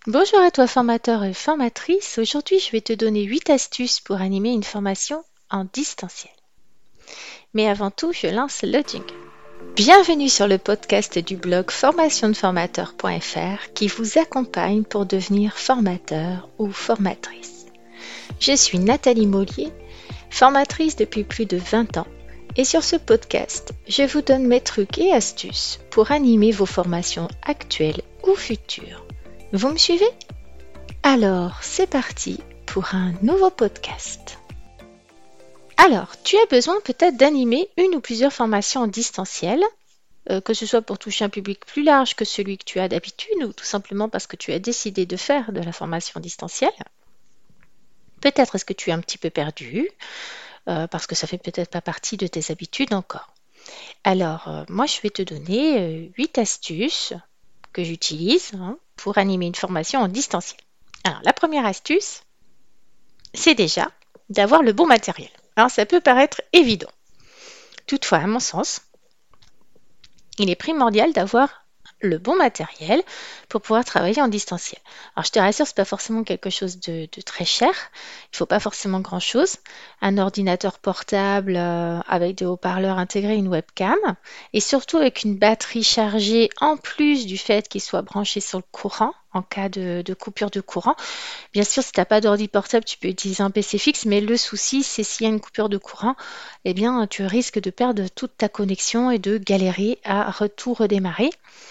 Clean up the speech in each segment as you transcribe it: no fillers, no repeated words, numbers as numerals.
Bonjour à toi formateur et formatrice. Aujourd'hui, je vais te donner 8 astuces pour animer une formation en distanciel. Mais avant tout, je lance le jingle. Bienvenue sur le podcast du blog formationdeformateur.fr qui vous accompagne pour devenir formateur ou formatrice. Je suis Nathalie Mollier, formatrice depuis plus de 20 ans. Et sur ce podcast, je vous donne mes trucs et astuces pour animer vos formations actuelles ou futures. Vous me suivez ? Alors, c'est parti pour un nouveau podcast. Alors, tu as besoin peut-être d'animer une ou plusieurs formations en distanciel, que ce soit pour toucher un public plus large que celui que tu as d'habitude ou tout simplement parce que tu as décidé de faire de la formation distancielle. Peut-être est-ce que tu es un petit peu perdu, parce que ça fait peut-être pas partie de tes habitudes encore. Alors, moi, je vais te donner 8 astuces que j'utilise pour animer une formation en distanciel. Alors, la première astuce, c'est déjà d'avoir le bon matériel. Alors, ça peut paraître évident. Toutefois, à mon sens, il est primordial d'avoir le bon matériel pour pouvoir travailler en distanciel. Alors, je te rassure, c'est pas forcément quelque chose de très cher. Il faut pas forcément grand-chose. Un ordinateur portable avec des haut-parleurs intégrés, une webcam, et surtout avec une batterie chargée en plus du fait qu'il soit branché sur le courant en cas de coupure de courant. Bien sûr, si tu n'as pas d'ordi portable, tu peux utiliser un PC fixe, mais le souci, c'est s'il y a une coupure de courant, eh bien, tu risques de perdre toute ta connexion et de galérer à tout redémarrer.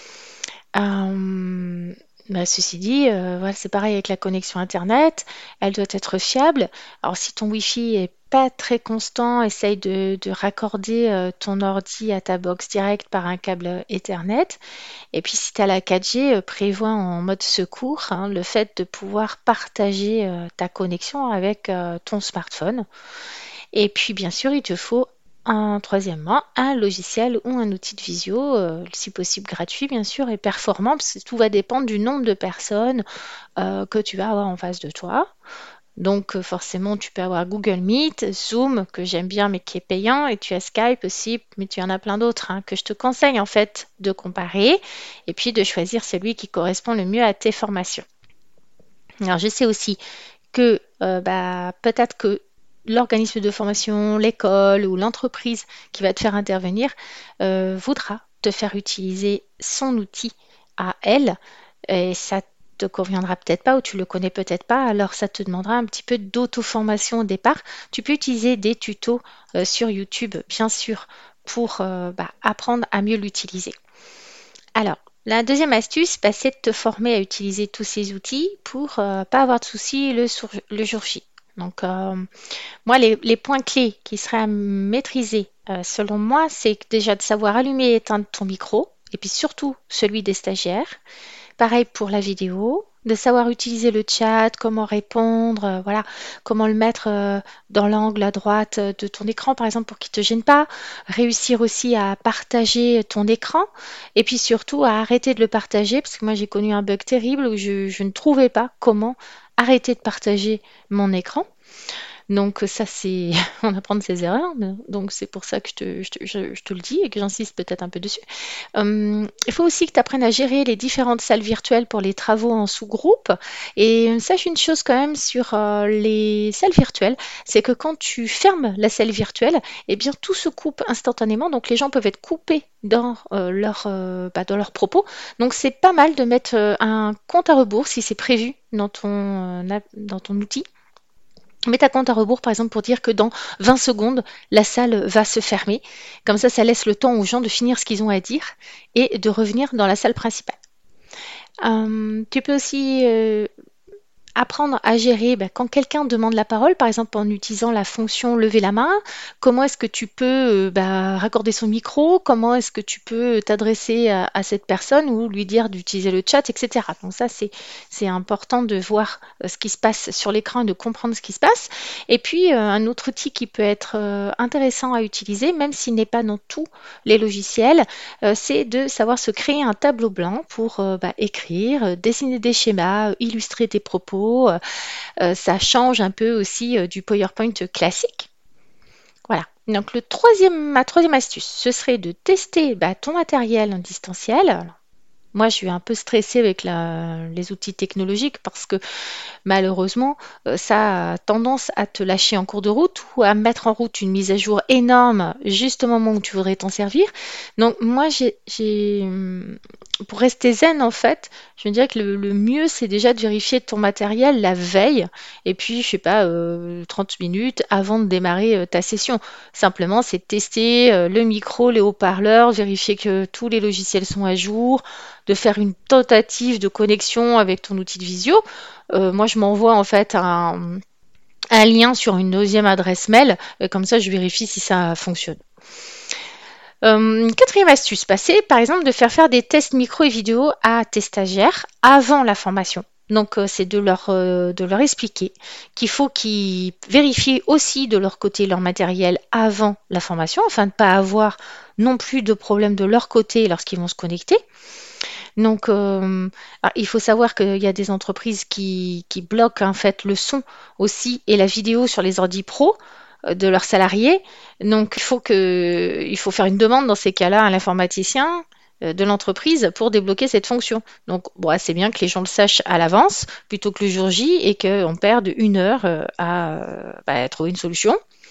Ceci dit, voilà, c'est pareil avec la connexion Internet, elle doit être fiable. Alors si ton Wi-Fi est pas très constant, essaye de raccorder ton ordi à ta box direct par un câble Ethernet. Et puis si tu as la 4G, prévois en mode secours le fait de pouvoir partager ta connexion avec ton smartphone. Et puis bien sûr, il te faut troisièmement, un logiciel ou un outil de visio, si possible gratuit bien sûr, et performant, parce que tout va dépendre du nombre de personnes que tu vas avoir en face de toi. Donc forcément, tu peux avoir Google Meet, Zoom, que j'aime bien mais qui est payant, et tu as Skype aussi, mais tu en as plein d'autres que je te conseille en fait de comparer, et puis de choisir celui qui correspond le mieux à tes formations. Alors je sais aussi que peut-être que l'organisme de formation, l'école ou l'entreprise qui va te faire intervenir voudra te faire utiliser son outil à elle et ça te conviendra peut-être pas ou tu le connais peut-être pas, alors ça te demandera un petit peu d'auto-formation au départ. Tu peux utiliser des tutos sur YouTube, bien sûr, pour apprendre à mieux l'utiliser. Alors, la deuxième astuce, c'est de te former à utiliser tous ces outils pour pas avoir de soucis le jour J. Donc, moi, les points clés qui seraient à maîtriser, selon moi, c'est déjà de savoir allumer et éteindre ton micro, et puis surtout celui des stagiaires. Pareil pour la vidéo, de savoir utiliser le chat, comment répondre, voilà, comment le mettre dans l'angle à droite de ton écran, par exemple, pour qu'il ne te gêne pas. Réussir aussi à partager ton écran et puis surtout à arrêter de le partager, parce que moi j'ai connu un bug terrible où je ne trouvais pas comment arrêter de partager mon écran. Donc ça, c'est on apprend de ses erreurs. Donc c'est pour ça que je te le dis et que j'insiste peut-être un peu dessus. Il faut aussi que tu apprennes à gérer les différentes salles virtuelles pour les travaux en sous-groupe. Et sache une chose quand même sur les salles virtuelles, c'est que quand tu fermes la salle virtuelle, eh bien tout se coupe instantanément. Donc les gens peuvent être coupés dans leurs propos. Donc c'est pas mal de mettre un compte à rebours si c'est prévu dans ton outil. Mets ta compte à rebours, par exemple, pour dire que dans 20 secondes, la salle va se fermer. Comme ça laisse le temps aux gens de finir ce qu'ils ont à dire et de revenir dans la salle principale. Tu peux aussi apprendre à gérer quand quelqu'un demande la parole, par exemple en utilisant la fonction lever la main, comment est-ce que tu peux raccorder son micro, comment est-ce que tu peux t'adresser à cette personne ou lui dire d'utiliser le chat, etc. Donc ça, c'est important de voir ce qui se passe sur l'écran et de comprendre ce qui se passe. Et puis, un autre outil qui peut être intéressant à utiliser, même s'il n'est pas dans tous les logiciels, c'est de savoir se créer un tableau blanc pour écrire, dessiner des schémas, illustrer tes propos. Ça change un peu aussi du PowerPoint classique. Voilà. Donc ma troisième astuce, ce serait de tester ton matériel en distanciel. Alors, Moi, je suis un peu stressée avec les outils technologiques parce que malheureusement, ça a tendance à te lâcher en cours de route ou à mettre en route une mise à jour énorme juste au moment où tu voudrais t'en servir. Donc moi, pour rester zen en fait, je me dirais que le mieux c'est déjà de vérifier ton matériel la veille et puis je sais pas 30 minutes avant de démarrer ta session. Simplement, c'est de tester le micro, les haut-parleurs, vérifier que tous les logiciels sont à jour, de faire une tentative de connexion avec ton outil de visio. Moi, je m'envoie en fait un lien sur une deuxième adresse mail, comme ça je vérifie si ça fonctionne. Quatrième astuce, c'est par exemple de faire des tests micro et vidéo à tes stagiaires avant la formation. Donc c'est de leur expliquer qu'il faut qu'ils vérifient aussi de leur côté leur matériel avant la formation afin de ne pas avoir non plus de problème de leur côté lorsqu'ils vont se connecter. Donc, il faut savoir qu'il y a des entreprises qui bloquent en fait le son aussi et la vidéo sur les ordi pro de leurs salariés. Donc, il faut faire une demande dans ces cas-là à l'informaticien de l'entreprise pour débloquer cette fonction. Donc, bon, c'est bien que les gens le sachent à l'avance plutôt que le jour J et qu'on perde 1 heure à trouver une solution.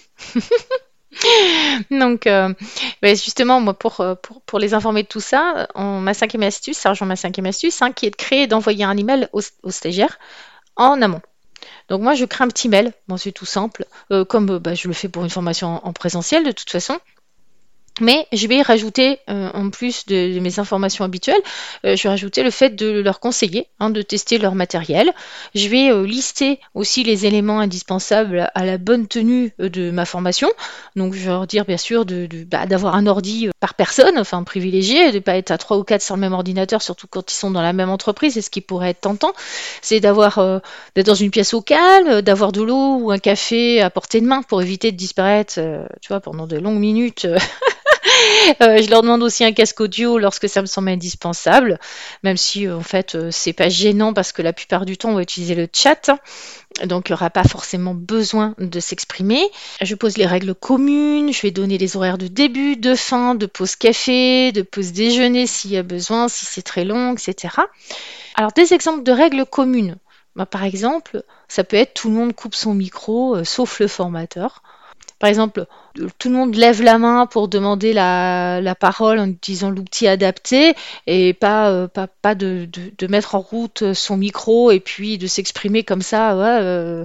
Donc, justement, moi, pour les informer de tout ça, ma cinquième astuce, ça rejoint ma cinquième astuce, hein, qui est de créer et d'envoyer un email aux stagiaires en amont. Donc, moi, je crée un petit mail. Bon, c'est tout simple, comme je le fais pour une formation en présentiel de toute façon. Mais je vais rajouter, en plus de mes informations habituelles, je vais rajouter le fait de leur conseiller, hein, de tester leur matériel. Je vais lister aussi les éléments indispensables à la bonne tenue de ma formation. Donc je vais leur dire bien sûr d'avoir un ordi par personne, enfin privilégié, de ne pas être à 3 ou 4 sur le même ordinateur, surtout quand ils sont dans la même entreprise, et ce qui pourrait être tentant, c'est d'être dans une pièce au calme, d'avoir de l'eau ou un café à portée de main pour éviter de disparaître, tu vois, pendant de longues minutes. Je leur demande aussi un casque audio lorsque ça me semble indispensable, même si en fait c'est pas gênant parce que la plupart du temps on va utiliser le chat, hein, donc il n'y aura pas forcément besoin de s'exprimer. Je pose les règles communes, je vais donner les horaires de début, de fin, de pause café, de pause déjeuner s'il y a besoin, si c'est très long, etc. Alors des exemples de règles communes. Par exemple, ça peut être tout le monde coupe son micro, sauf le formateur. Par exemple, tout le monde lève la main pour demander la parole en utilisant l'outil adapté et pas de mettre en route son micro et puis de s'exprimer comme ça. Ouais,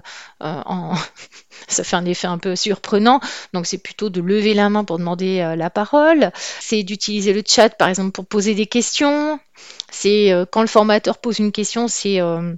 ça fait un effet un peu surprenant. Donc c'est plutôt de lever la main pour demander la parole. C'est d'utiliser le chat par exemple pour poser des questions. C'est quand le formateur pose une question, c'est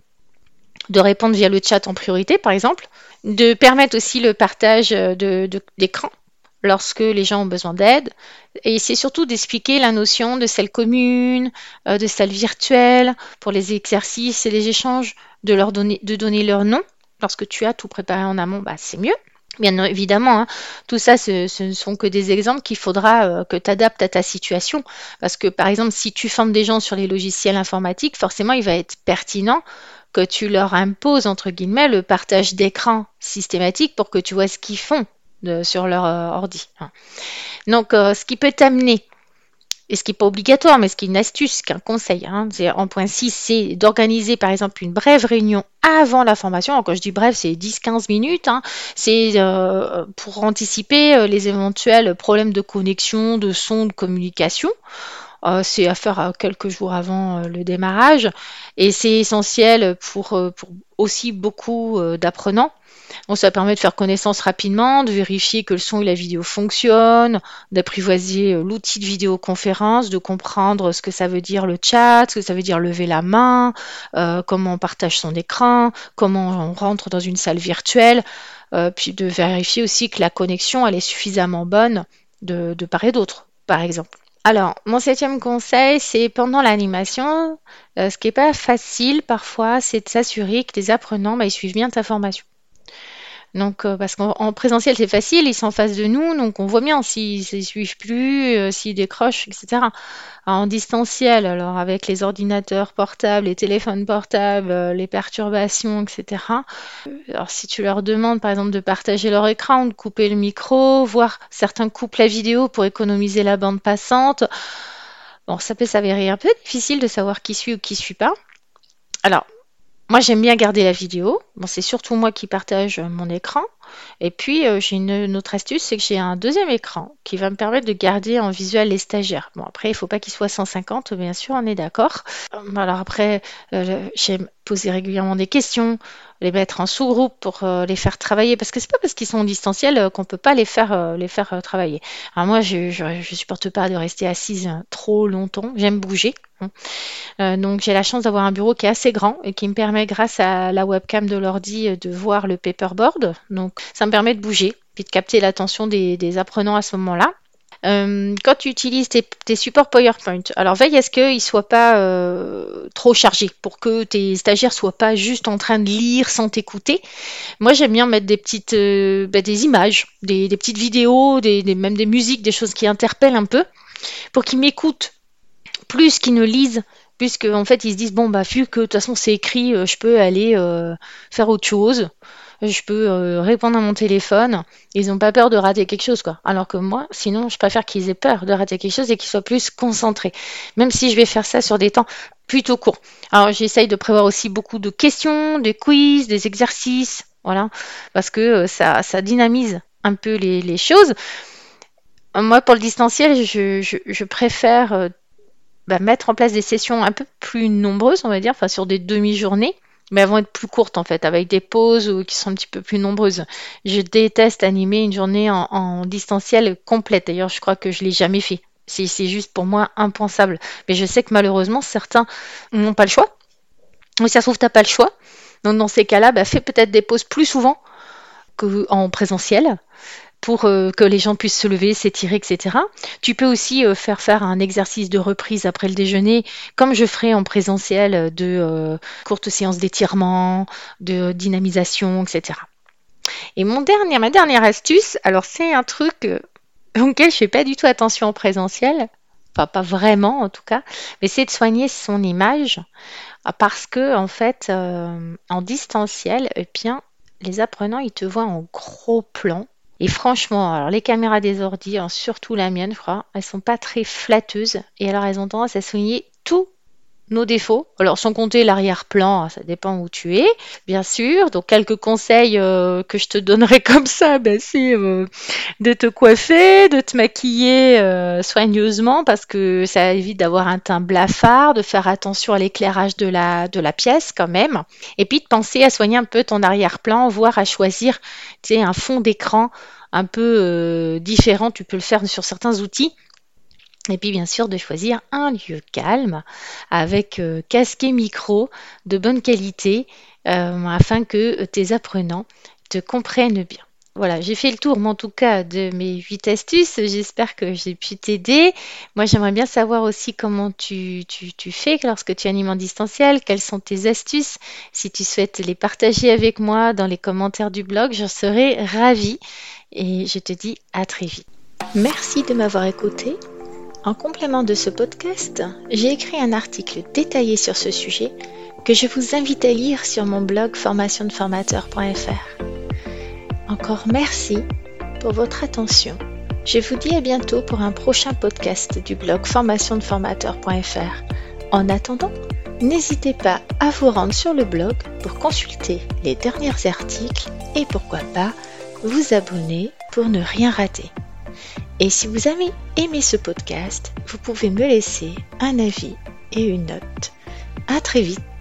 de répondre via le chat en priorité, par exemple, de permettre aussi le partage d'écran lorsque les gens ont besoin d'aide. Et c'est surtout d'expliquer la notion de salle commune, de salle virtuelle pour les exercices et les échanges, de donner leur nom. Lorsque tu as tout préparé en amont, c'est mieux. Bien évidemment, hein, tout ça, ce ne sont que des exemples qu'il faudra que tu adaptes à ta situation. Parce que, par exemple, si tu formes des gens sur les logiciels informatiques, forcément, il va être pertinent que tu leur imposes, entre guillemets, le partage d'écran systématique pour que tu vois ce qu'ils font sur leur ordi. Hein. Donc, ce qui peut t'amener, et ce qui n'est pas obligatoire, mais ce qui est une astuce, ce qui est un conseil, hein, en point 6, c'est d'organiser par exemple une brève réunion avant la formation. Alors, quand je dis brève, c'est 10-15 minutes. Hein, c'est pour anticiper les éventuels problèmes de connexion, de son, de communication. C'est à faire quelques jours avant le démarrage et c'est essentiel pour aussi beaucoup d'apprenants. Donc, ça permet de faire connaissance rapidement, de vérifier que le son et la vidéo fonctionnent, d'apprivoiser l'outil de vidéoconférence, de comprendre ce que ça veut dire le chat, ce que ça veut dire lever la main, comment on partage son écran, comment on rentre dans une salle virtuelle, puis de vérifier aussi que la connexion elle est suffisamment bonne de part et d'autre, par exemple. Alors, mon septième conseil, c'est pendant l'animation, ce qui n'est pas facile parfois, c'est de s'assurer que les apprenants, ils suivent bien ta formation. Donc, parce qu'en présentiel, c'est facile, ils sont en face de nous, donc on voit bien s'ils ne suivent plus, s'ils décrochent, etc. En distanciel, alors avec les ordinateurs portables, les téléphones portables, les perturbations, etc. Alors, si tu leur demandes, par exemple, de partager leur écran, de couper le micro, voire certains coupent la vidéo pour économiser la bande passante, Bon, ça peut s'avérer un peu difficile de savoir qui suit ou qui suit pas. Alors, moi, j'aime bien garder la vidéo. Bon, c'est surtout moi qui partage mon écran. Et puis, j'ai une autre astuce, c'est que j'ai un deuxième écran qui va me permettre de garder en visuel les stagiaires. Bon, après, il faut pas qu'il soit 150, bien sûr, on est d'accord. Alors après, j'aime poser régulièrement des questions, les mettre en sous-groupe pour les faire travailler, parce que c'est pas parce qu'ils sont en distanciel qu'on peut pas les faire travailler. Alors moi, je supporte pas de rester assise trop longtemps. J'aime bouger, hein. Donc j'ai la chance d'avoir un bureau qui est assez grand et qui me permet, grâce à la webcam de l'ordi, de voir le paperboard. Donc ça me permet de bouger puis de capter l'attention des apprenants à ce moment-là. Quand tu utilises tes supports PowerPoint, alors veille à ce qu'ils ne soient pas trop chargés pour que tes stagiaires soient pas juste en train de lire sans t'écouter. Moi, j'aime bien mettre des petites des images, des petites vidéos, même des musiques, des choses qui interpellent un peu pour qu'ils m'écoutent plus qu'ils ne lisent, puisque en fait ils se disent bon bah vu que de toute façon c'est écrit, je peux aller faire autre chose, je peux répondre à mon téléphone, ils n'ont pas peur de rater quelque chose quoi. Alors que moi, sinon je préfère qu'ils aient peur de rater quelque chose et qu'ils soient plus concentrés, même si je vais faire ça sur des temps plutôt courts. Alors j'essaye de prévoir aussi beaucoup de questions, des quiz, des exercices, voilà, parce que ça dynamise un peu les choses. Moi, pour le distanciel, je préfère mettre en place des sessions un peu plus nombreuses, on va dire, enfin sur des demi-journées, mais elles vont être plus courtes en fait, avec des pauses qui sont un petit peu plus nombreuses. Je déteste animer une journée en distanciel complète. D'ailleurs, je crois que je l'ai jamais fait. C'est juste pour moi impensable. Mais je sais que malheureusement, certains n'ont pas le choix. Ou si ça se trouve, t'as pas le choix. Donc dans ces cas-là, fais peut-être des pauses plus souvent qu'en présentiel, pour que les gens puissent se lever, s'étirer, etc. Tu peux aussi faire un exercice de reprise après le déjeuner, comme je ferai en présentiel, de courtes séances d'étirement, de dynamisation, etc. Et ma dernière astuce, alors c'est un truc auquel je fais pas du tout attention en présentiel, enfin pas vraiment en tout cas, mais c'est de soigner son image, parce que en fait, en distanciel, eh bien, les apprenants ils te voient en gros plan. Et franchement, alors les caméras des ordi, hein, surtout la mienne, je crois, elles sont pas très flatteuses. Et alors elles ont tendance à souligner tous nos défauts. Alors sans compter l'arrière-plan, hein, ça dépend où tu es, bien sûr. Donc quelques conseils que je te donnerai comme ça, c'est de te coiffer, de te maquiller soigneusement, parce que ça évite d'avoir un teint blafard, de faire attention à l'éclairage de la pièce quand même. Et puis de penser à soigner un peu ton arrière-plan, voire à choisir, tu sais, un fond d'écran un peu différent. Tu peux le faire sur certains outils. Et puis bien sûr de choisir un lieu calme avec casque et micro de bonne qualité, afin que tes apprenants te comprennent bien. Voilà, j'ai fait le tour, mais en tout cas, de mes 8 astuces. J'espère que j'ai pu t'aider. Moi, j'aimerais bien savoir aussi comment tu fais lorsque tu animes en distanciel, quelles sont tes astuces. Si tu souhaites les partager avec moi dans les commentaires du blog, j'en serai ravie. Et je te dis à très vite. Merci de m'avoir écouté. En complément de ce podcast, j'ai écrit un article détaillé sur ce sujet que je vous invite à lire sur mon blog formationdeformateur.fr. Encore merci pour votre attention. Je vous dis à bientôt pour un prochain podcast du blog formationdeformateur.fr. En attendant, n'hésitez pas à vous rendre sur le blog pour consulter les derniers articles et pourquoi pas vous abonner pour ne rien rater. Et si vous avez aimé ce podcast, vous pouvez me laisser un avis et une note. À très vite.